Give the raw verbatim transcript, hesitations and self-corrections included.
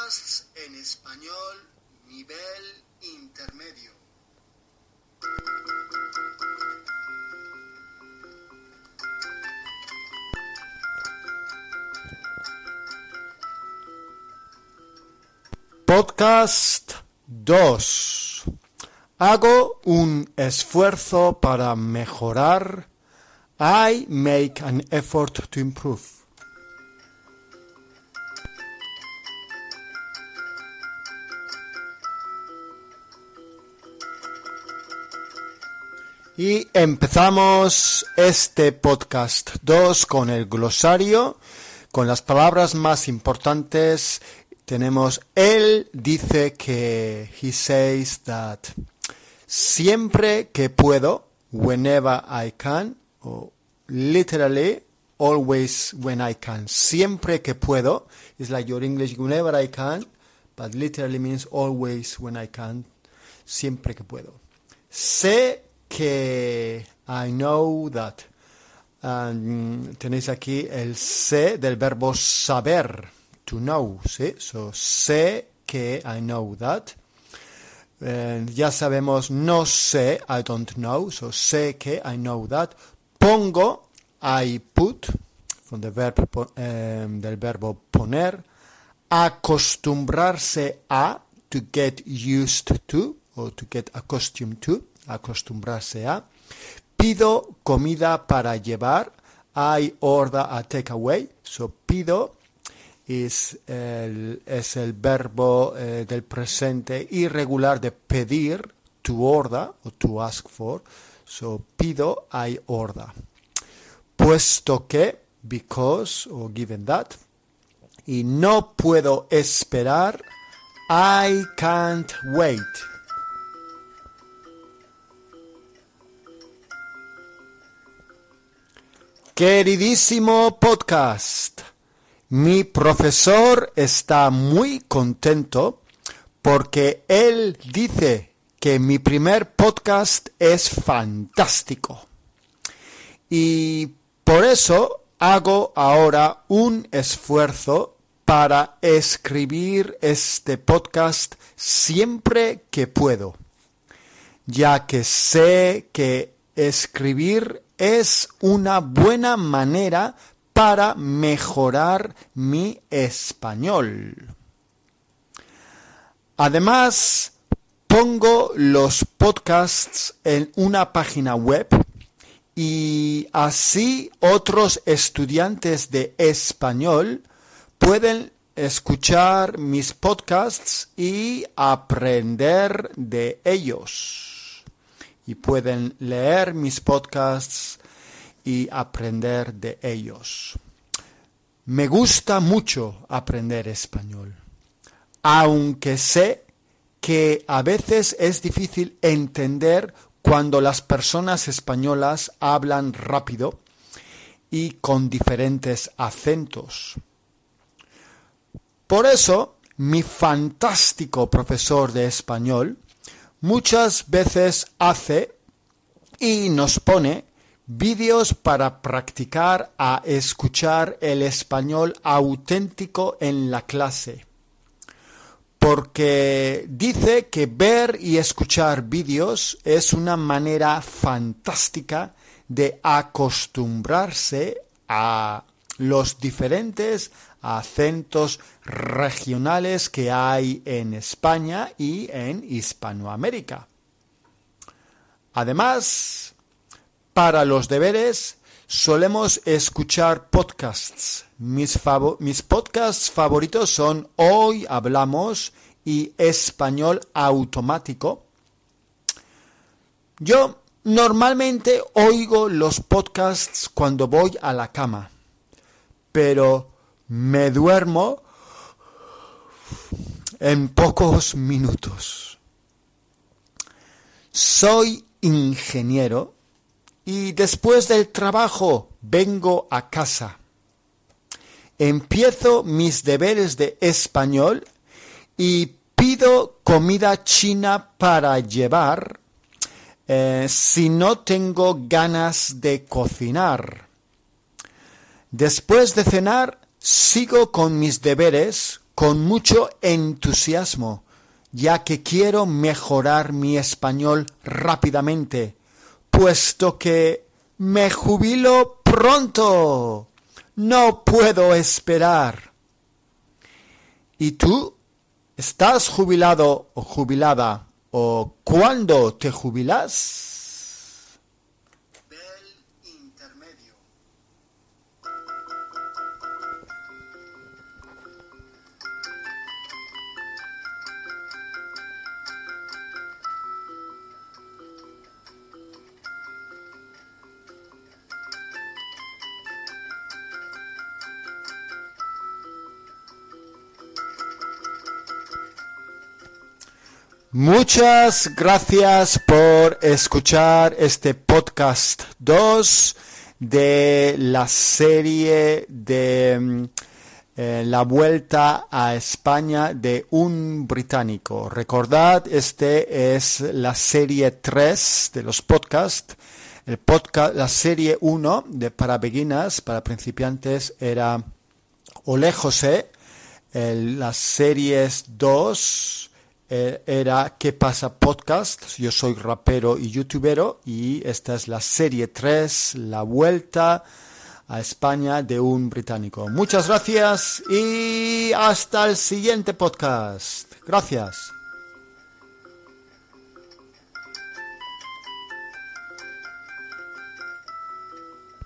podcasts en español nivel intermedio. Podcast dos. Hago un esfuerzo para mejorar. I make an effort to improve. Y empezamos este podcast dos con el glosario, con las palabras más importantes. Tenemos, él dice que, he says that, siempre que puedo, whenever I can, o literally, always when I can, siempre que puedo, it's like your English, whenever I can, but literally means always when I can, siempre que puedo. Sé que, I know that, um, tenéis aquí el sé del verbo saber, to know, ¿sí? So, sé que, I know that. Uh, ya sabemos, no sé, I don't know. So, sé que, I know that. Pongo, I put, from the verb, um, del verbo poner. Acostumbrarse a, to get used to, o to get accustomed to, acostumbrarse a. Pido comida para llevar. I order a takeaway. So, pido Es el, es el verbo eh, del presente irregular de pedir, to order, o to ask for. So, pido, I order. Puesto que, because, o given that. Y no puedo esperar, I can't wait. Queridísimo podcast. Mi profesor está muy contento porque él dice que mi primer podcast es fantástico. Y por eso hago ahora un esfuerzo para escribir este podcast siempre que puedo, ya que sé que escribir es una buena manera para mejorar mi español. Además, pongo los podcasts en una página web y así otros estudiantes de español pueden escuchar mis podcasts y aprender de ellos. Y pueden leer mis podcasts y aprender de ellos. Me gusta mucho aprender español, aunque sé que a veces es difícil entender cuando las personas españolas hablan rápido y con diferentes acentos. Por eso, mi fantástico profesor de español muchas veces hace y nos pone vídeos para practicar a escuchar el español auténtico en la clase. Porque dice que ver y escuchar vídeos es una manera fantástica de acostumbrarse a los diferentes acentos regionales que hay en España y en Hispanoamérica. Además, para los deberes solemos escuchar podcasts. Mis, fav- mis podcasts favoritos son Hoy Hablamos y Español Automático. Yo normalmente oigo los podcasts cuando voy a la cama, pero me duermo en pocos minutos. Soy ingeniero y después del trabajo vengo a casa. Empiezo mis deberes de español y pido comida china para llevar eh, si no tengo ganas de cocinar. Después de cenar, sigo con mis deberes con mucho entusiasmo, ya que quiero mejorar mi español rápidamente, puesto que me jubilo pronto. No puedo esperar. ¿Y tú? ¿Estás jubilado o jubilada? ¿O cuándo te jubilas? Nivel intermedio. Muchas gracias por escuchar este podcast dos de la serie de eh, la vuelta a España de un británico. Recordad, este es la serie tres de los podcasts. El podcast, la serie uno de para beginners, para principiantes, era Ole José. El, las series dos era ¿Qué pasa podcast? Yo soy rapero y youtubero y esta es la serie tres, la vuelta a España de un británico. Muchas gracias y hasta el siguiente podcast. Gracias.